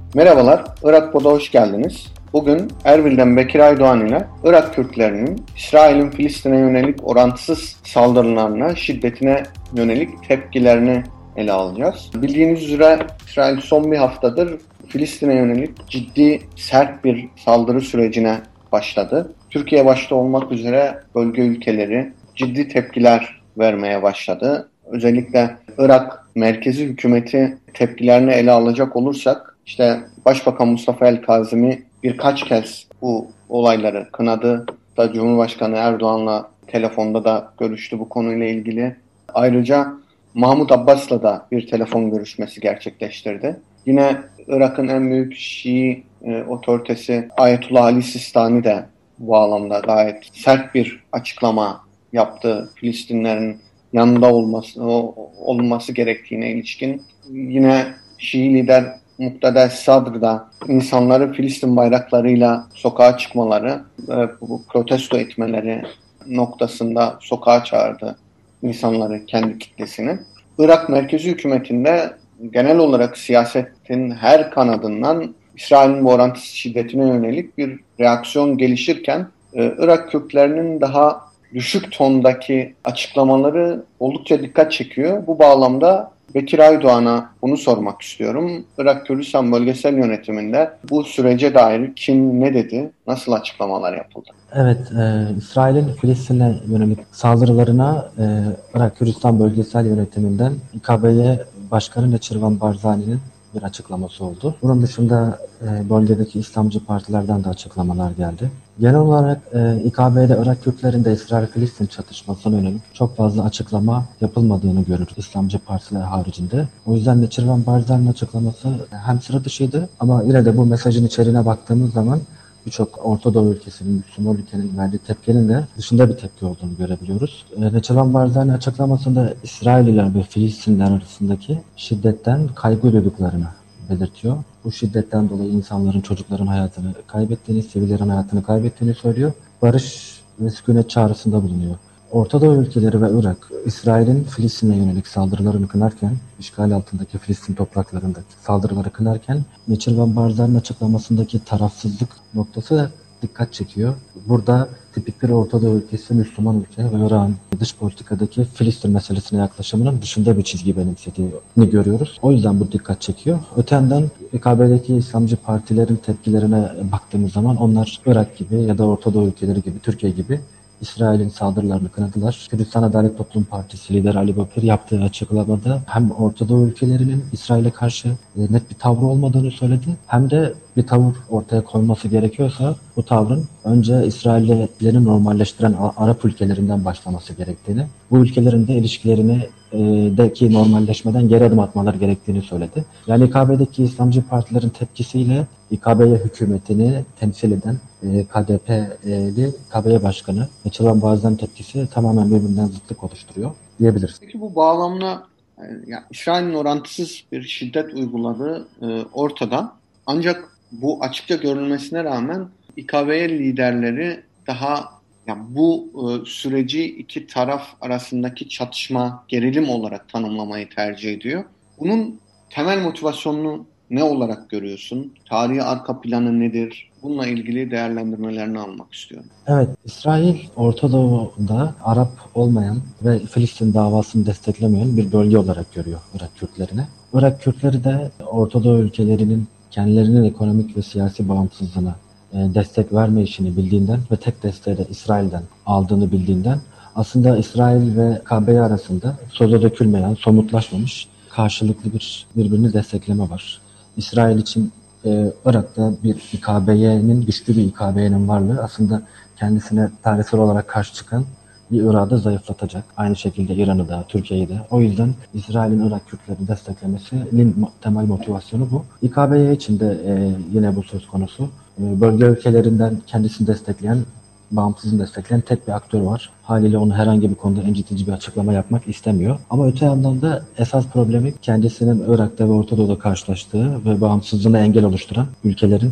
Merhabalar, Irak Pod'a hoş geldiniz. Bugün Erbil'den Bekir Aydoğan ile Irak Kürtlerinin İsrail'in Filistin'e yönelik orantısız saldırılarına, şiddetine yönelik tepkilerini ele alacağız. Bildiğiniz üzere İsrail son bir haftadır Filistin'e yönelik ciddi, sert bir saldırı sürecine başladı. Türkiye başta olmak üzere bölge ülkeleri ciddi tepkiler vermeye başladı. Özellikle Irak merkezi hükümeti tepkilerini ele alacak olursak, işte Başbakan Mustafa El-Kazimi birkaç kez bu olayları kınadı. Da Cumhurbaşkanı Erdoğan'la telefonda da görüştü bu konuyla ilgili. Ayrıca Mahmut Abbas'la da bir telefon görüşmesi gerçekleştirdi. Yine Irak'ın en büyük Şii otoritesi Ayetullah Ali Sistani de bu bağlamda gayet sert bir açıklama yaptı. Filistinlerin yanında olması gerektiğine ilişkin. Yine Şii lider Muqtada Sadr da insanları Filistin bayraklarıyla sokağa çıkmaları, bu protesto etmeleri noktasında sokağa çağırdı insanları, kendi kitlesini. Irak merkezi hükümetinde genel olarak siyasetin her kanadından İsrail'in bu orantısız şiddetine yönelik bir reaksiyon gelişirken Irak Kürtlerinin daha düşük tondaki açıklamaları oldukça dikkat çekiyor. Bu bağlamda Bekir Aydoğan'a bunu sormak istiyorum. Irak Kürdistan Bölgesel Yönetiminde bu sürece dair kim ne dedi, nasıl açıklamalar yapıldı? Evet, İsrail'in Filistin'e yönelik saldırılarına Irak Kürdistan Bölgesel Yönetiminden İKB'ye Başkanı Neçirvan Barzani'nin bir açıklaması oldu. Bunun dışında bölgedeki İslamcı partilerden de açıklamalar geldi. Genel olarak İKB'de Irak Kürtlerinde İsrail-Filistin çatışmasına yönelik çok fazla açıklama yapılmadığını görürüz İslamcı partiler haricinde. O yüzden Neçirvan Barzani'nin açıklaması hem sıra dışıydı ama yine de bu mesajın içeriğine baktığımız zaman birçok Orta Doğu ülkesinin, Müslüman ülkenin verdiği tepkinin de dışında bir tepki olduğunu görebiliyoruz. Neçirvan Barzani açıklamasında İsrailliler ve Filistinliler arasındaki şiddetten kaygı duyduklarını belirtiyor. Bu şiddetten dolayı insanların, çocukların hayatını kaybettiğini, sivillerin hayatını kaybettiğini söylüyor. Barış ve sükunet çağrısında bulunuyor. Orta Doğu ülkeleri ve Irak, İsrail'in Filistin'e yönelik saldırılarını kınarken, işgal altındaki Filistin topraklarındaki saldırıları kınarken, Neçirvan Barzani'nin açıklamasındaki tarafsızlık noktası dikkat çekiyor. Burada tipik bir Orta Doğu ülkesi, Müslüman ülke ve Irak'ın dış politikadaki Filistin meselesine yaklaşımının dışında bir çizgi benimsediğini görüyoruz. O yüzden bu dikkat çekiyor. Öte yandan İKB'deki İslamcı partilerin tepkilerine baktığımız zaman onlar Irak gibi ya da Orta Doğu ülkeleri gibi, Türkiye gibi İsrail'in saldırılarını kınadılar. Kürdistan Adalet Toplum Partisi lideri Ali Bakır yaptığı açıklamada hem Orta Doğu ülkelerinin İsrail'e karşı net bir tavrı olmadığını söyledi, hem de bir tavır ortaya konması gerekiyorsa bu tavrın önce İsraillerin normalleştiren Arap ülkelerinden başlaması gerektiğini, bu ülkelerin de ilişkilerini deki normalleşmeden geri adım atmaları gerektiğini söyledi. Yani İKB'deki İslamcı partilerin tepkisiyle İKB'ye hükümetini temsil eden KDP'li İKB'ye başkanı Neçirvan Barzani tepkisi tamamen birbirinden zıtlık oluşturuyor diyebiliriz. Peki bu bağlamda İsrail'in orantısız bir şiddet uyguladığı ortada. Ancak bu açıkça görülmesine rağmen İKB'ye liderleri daha bu süreci iki taraf arasındaki çatışma, gerilim olarak tanımlamayı tercih ediyor. Bunun temel motivasyonunu ne olarak görüyorsun? Tarihi arka planı nedir? Bununla ilgili değerlendirmelerini almak istiyorum. Evet, İsrail Orta Doğu'da Arap olmayan ve Filistin davasını desteklemeyen bir bölge olarak görüyor Irak Kürtlerini. Irak Kürtleri de Orta Doğu ülkelerinin kendilerinin ekonomik ve siyasi bağımsızlığına destek verme işini bildiğinden ve tek desteği de İsrail'den aldığını bildiğinden aslında İsrail ve KB arasında söze dökülmeyen, somutlaşmamış karşılıklı birbirini destekleme var. İsrail için Irak'ta bir İKB'nin, güçlü bir İKB'nin varlığı aslında kendisine tarihsel olarak karşı çıkan bir Irak'ı da zayıflatacak. Aynı şekilde İran'ı da, Türkiye'yi de. O yüzden İsrail'in Irak Kürtlerini desteklemesinin temel motivasyonu bu. İKB'ye için de yine bu söz konusu. Bölge ülkelerinden kendisini destekleyen bağımsızlığını destekleyen tek bir aktör var. Haliyle onu herhangi bir konuda incitici bir açıklama yapmak istemiyor. Ama öte yandan da esas problemi kendisinin Irak'ta ve Orta Doğu'da karşılaştığı ve bağımsızlığına engel oluşturan ülkelerin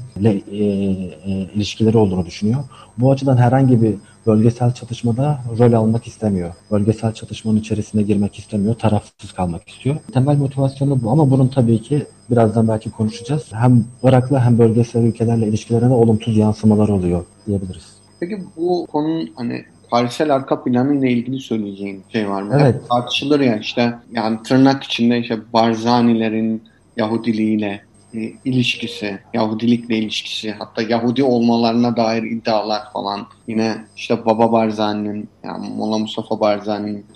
ilişkileri olduğunu düşünüyor. Bu açıdan herhangi bir bölgesel çatışmada rol almak istemiyor. Bölgesel çatışmanın içerisine girmek istemiyor. Tarafsız kalmak istiyor. Temel motivasyonu bu ama bunun tabii ki birazdan belki konuşacağız. Hem Irak'la hem bölgesel ülkelerle ilişkilerine olumsuz yansımalar oluyor diyebiliriz. Peki bu konunun tarihsel arka planıyla ilgili söyleyeceğin şey var mı? Evet. Hep tartışılır ya yani tırnak içinde Barzanilerin Yahudiliğiyle ilişkisi, Yahudilikle ilişkisi, hatta Yahudi olmalarına dair iddialar falan. Yine Baba Barzani'nin, yani Molla Mustafa Barzani'nin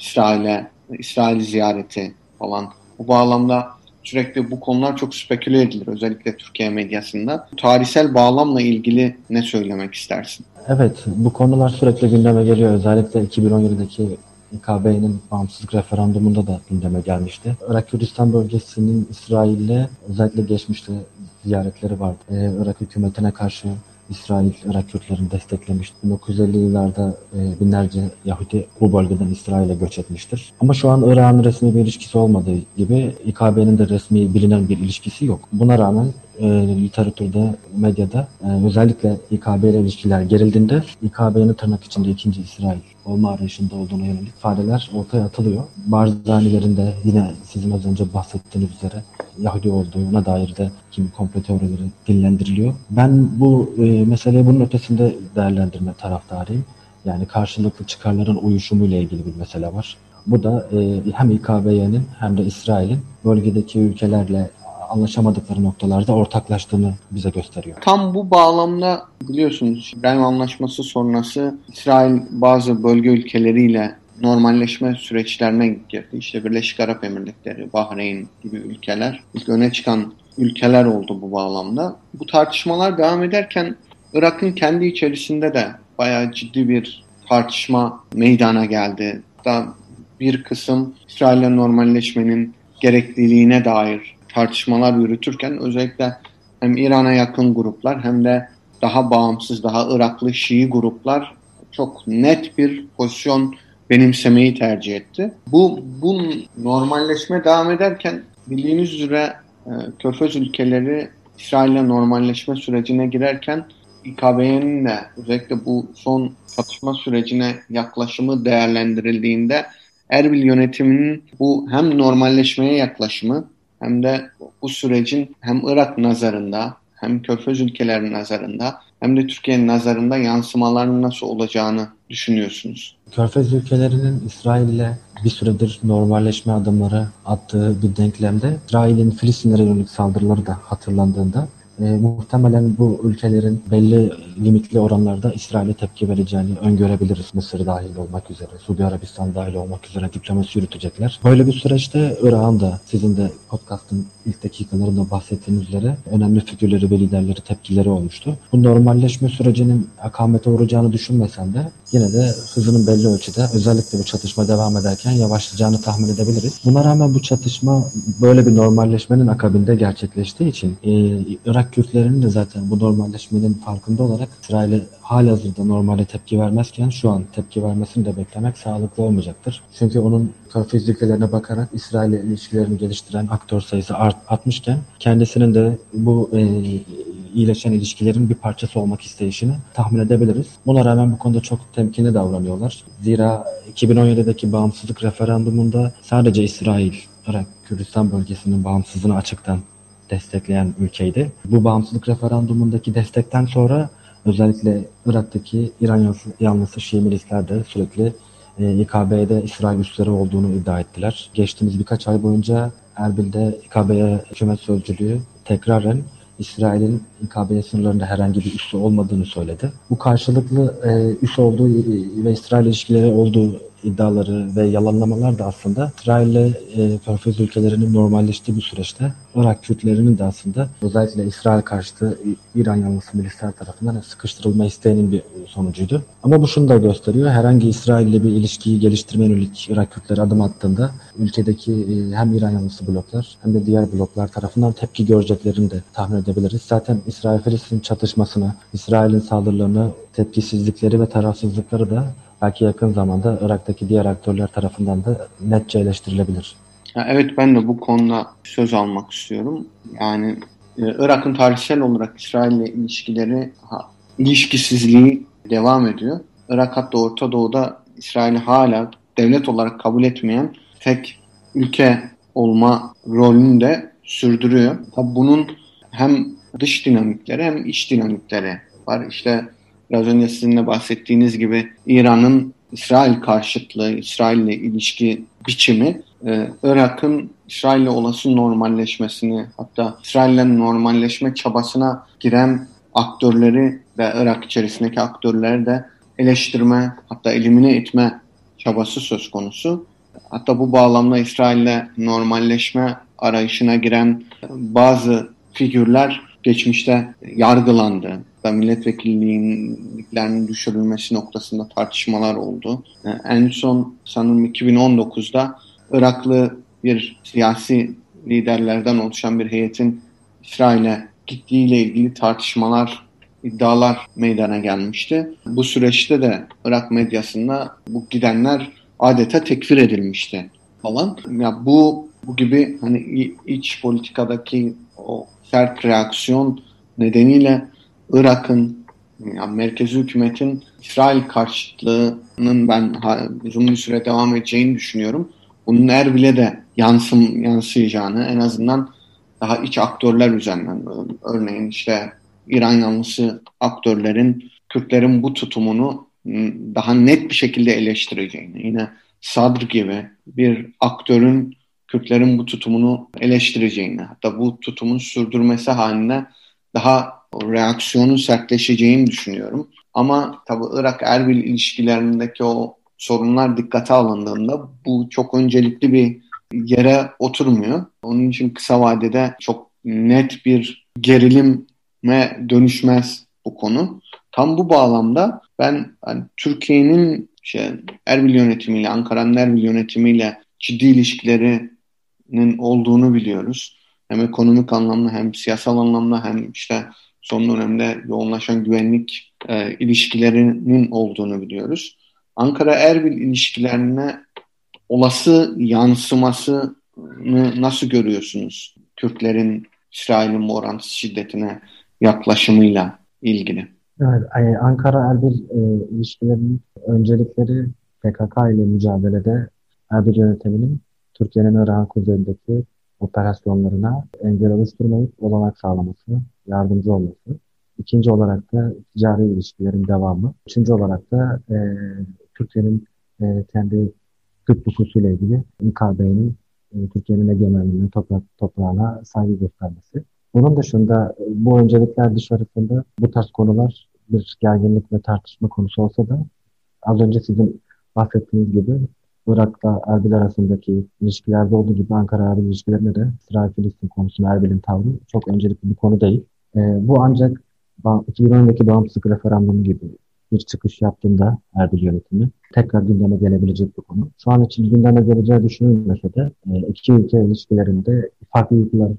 İsrail ziyareti falan. Bu bağlamda sürekli bu konular çok speküle edilir. Özellikle Türkiye medyasında. Tarihsel bağlamla ilgili ne söylemek istersin? Evet, bu konular sürekli gündeme geliyor. Özellikle 2017'deki İKB'nin bağımsızlık referandumunda da gündeme gelmişti. Irak Kürdistan bölgesinin İsrail'le özellikle geçmişte ziyaretleri vardı. Irak hükümetine karşı İsrail, Irak Kürtlerini desteklemişti. 1950'li yıllarda binlerce Yahudi bu bölgeden İsrail'e göç etmiştir. Ama şu an Irak'ın resmi bir ilişkisi olmadığı gibi İKB'nin de resmi bilinen bir ilişkisi yok. Buna rağmen literatürde, medyada özellikle İKB ile ilişkiler gerildiğinde İKB'nin tırnak içinde ikinci İsrail olma arayışında olduğuna yönelik ifadeler ortaya atılıyor. Barzanilerin de yine sizin az önce bahsettiğiniz üzere Yahudi olduğuna dair de kimi komplo teorileri dillendiriliyor. Ben bu meseleyi bunun ötesinde değerlendirme taraftarıyım. Yani karşılıklı çıkarların uyuşumuyla ilgili bir mesele var. Bu da hem İKB'nin hem de İsrail'in bölgedeki ülkelerle anlaşamadıkları noktalarda ortaklaştığını bize gösteriyor. Tam bu bağlamda biliyorsunuz İbrahim Anlaşması sonrası İsrail bazı bölge ülkeleriyle normalleşme süreçlerine girdi. Birleşik Arap Emirlikleri, Bahreyn gibi ülkeler ilk öne çıkan ülkeler oldu bu bağlamda. Bu tartışmalar devam ederken Irak'ın kendi içerisinde de bayağı ciddi bir tartışma meydana geldi. Hatta bir kısım İsrail'le normalleşmenin gerekliliğine dair tartışmalar yürütürken özellikle hem İran'a yakın gruplar hem de daha bağımsız, daha Iraklı Şii gruplar çok net bir pozisyon benimsemeyi tercih etti. Bu normalleşme devam ederken bildiğiniz üzere Körfez ülkeleri İsrail'le normalleşme sürecine girerken İKB'nin de özellikle bu son çatışma sürecine yaklaşımı değerlendirildiğinde Erbil yönetiminin bu hem normalleşmeye yaklaşımı hem de bu sürecin hem Irak nazarında hem Körfez ülkelerinin nazarında hem de Türkiye'nin nazarında yansımalarının nasıl olacağını düşünüyorsunuz? Körfez ülkelerinin İsrail'le bir süredir normalleşme adımları attığı bir denklemde İsrail'in Filistinlere yönelik saldırıları da hatırlandığında muhtemelen bu ülkelerin belli limitli oranlarda İsrail'e tepki vereceğini öngörebiliriz. Mısır dahil olmak üzere, Suudi Arabistan dahil olmak üzere diplomasi yürütecekler. Böyle bir süreçte Irak'ın da sizin de podcast'ın ilk dakikalarında bahsettiğiniz üzere önemli figürleri ve liderleri tepkileri olmuştu. Bu normalleşme sürecinin akamete uğrayacağını düşünmesem de yine de hızının belli ölçüde özellikle bu çatışma devam ederken yavaşlayacağını tahmin edebiliriz. Buna rağmen bu çatışma böyle bir normalleşmenin akabinde gerçekleştiği için Irak Kürtlerinin de zaten bu normalleşmenin farkında olarak İsrail'e halihazırda normalde tepki vermezken şu an tepki vermesini de beklemek sağlıklı olmayacaktır. Çünkü onun Körfez ülkelerine bakarak İsrail ile ilişkilerini geliştiren aktör sayısı artmışken kendisinin de bu iyileşen ilişkilerin bir parçası olmak isteyişini tahmin edebiliriz. Buna rağmen bu konuda çok temkinli davranıyorlar. Zira 2017'deki bağımsızlık referandumunda sadece İsrail, Irak, Kürdistan bölgesinin bağımsızlığını açıktan destekleyen ülkeydi. Bu bağımsızlık referandumundaki destekten sonra özellikle Irak'taki İran yanlısı Şii milisler de sürekli İKB'de İsrail üsleri olduğunu iddia ettiler. Geçtiğimiz birkaç ay boyunca Erbil'de İKB'ye hükümet sözcülüğü tekraren İsrail'in İKB sınırlarında herhangi bir üssü olmadığını söyledi. Bu karşılıklı üs olduğu ve İsrail ilişkileri olduğu iddiaları ve yalanlamalar da aslında İsrail'le Körfez ülkelerinin normalleştiği bu süreçte Irak Kürtlerinin de aslında özellikle İsrail karşıtı İran yanlısı milisler tarafından sıkıştırılma isteğinin bir sonucuydu. Ama bu şunu da gösteriyor. Herhangi İsrail ile bir ilişkiyi geliştirme yönelik Irak Kürtleri adım attığında ülkedeki hem İran yanlısı bloklar hem de diğer bloklar tarafından tepki göreceklerini de tahmin edebiliriz. Zaten İsrail-Filistin çatışmasına, İsrail'in saldırılarına tepkisizlikleri ve tarafsızlıkları da belki yakın zamanda Irak'taki diğer aktörler tarafından da netçe eleştirilebilir. Evet, ben de bu konuda söz almak istiyorum. Yani Irak'ın tarihsel olarak İsrail ile ilişkisizliği devam ediyor. Irak hatta Orta Doğu'da İsrail'i hala devlet olarak kabul etmeyen tek ülke olma rolünü de sürdürüyor. Tabii bunun hem dış dinamikleri hem iç dinamikleri var. İşte biraz önce sizin de bahsettiğiniz gibi İran'ın İsrail karşıtlığı, İsrail ile ilişki biçimi Irak'ın İsrail ile olası normalleşmesini, hatta İsrail ile normalleşme çabasına giren aktörleri de, Irak içerisindeki aktörleri de eleştirme, hatta elimine etme çabası söz konusu. Hatta bu bağlamda İsrail ile normalleşme arayışına giren bazı figürler geçmişte yargılandı ve milletvekilliklerinin düşürülmesi noktasında tartışmalar oldu. En son sanırım 2019'da Iraklı bir siyasi liderlerden oluşan bir heyetin İsrail'e gittiğiyle ilgili tartışmalar, iddialar meydana gelmişti. Bu süreçte de Irak medyasında bu gidenler adeta tekfir edilmişti falan. Ya bu gibi hani iç politikadaki o sert reaksiyon nedeniyle Irak'ın, yani merkezi hükümetin İsrail karşıtlığının ben uzun bir süre devam edeceğini düşünüyorum. Bunun Erbil'e de yansıyacağını, en azından daha iç aktörler üzerinden, örneğin işte İran yanlısı aktörlerin Kürtlerin bu tutumunu daha net bir şekilde eleştireceğini, yine Sadr gibi bir aktörün Kürtlerin bu tutumunu eleştireceğini, hatta bu tutumun sürdürmesi halinde daha reaksiyonun sertleşeceğini düşünüyorum. Ama tabii Irak-Erbil ilişkilerindeki o sorunlar dikkate alındığında bu çok öncelikli bir yere oturmuyor. Onun için kısa vadede çok net bir gerilime dönüşmez bu konu. Tam bu bağlamda ben Türkiye'nin Erbil yönetimiyle, Ankara'nın Erbil yönetimiyle ciddi ilişkilerinin olduğunu biliyoruz. Hem ekonomik anlamda hem siyasal anlamda hem işte son dönemde yoğunlaşan güvenlik ilişkilerinin olduğunu biliyoruz. Ankara-Erbil ilişkilerine olası yansımasını nasıl görüyorsunuz? Kürtlerin İsrail'in bu orantısız şiddetine yaklaşımıyla ilgili. Evet, Ankara-Erbil ilişkilerinin öncelikleri PKK ile mücadelede Erbil yönetiminin Türkiye'nin Irak'ın kuzeyindeki operasyonlarına engel oluşturmayıp olanak sağlaması, yardımcı olması. İkinci olarak da ticari ilişkilerin devamı. Üçüncü olarak da Türkiye'nin kendi Kürt nüfusuyla ilgili İKB'nin Türkiye'nin egemenliğine, toprağına saygı göstermesi. Bunun dışında bu öncelikler dışarısında bu tarz konular bir gerginlik ve tartışma konusu olsa da az önce sizin bahsettiğiniz gibi Irak'la Erbil arasındaki ilişkilerde olduğu gibi Ankara-Erbil ilişkilerinde de İsrail-Filistin konusunda Erbil'in tavrı çok öncelikli bir konu değil. Bu ancak 2010'daki bağımsızlık referandumu gibi bir çıkış yaptığında Erbil yönetimi tekrar gündeme gelebilecek bir konu. Şu an için gündeme geleceği düşünülmese de iki ülke ilişkilerinde farklı ülkelerin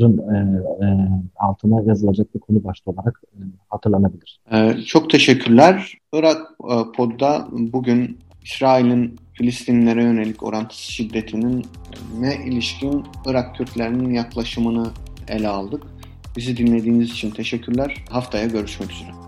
altına yazılacak bir konu başta olarak hatırlanabilir. Çok teşekkürler. Irak Pod'da bugün İsrail'in Filistinlere yönelik orantısız şiddetinin ne ilişkin Irak Kürtlerinin yaklaşımını ele aldık. Bizi dinlediğiniz için teşekkürler. Haftaya görüşmek üzere.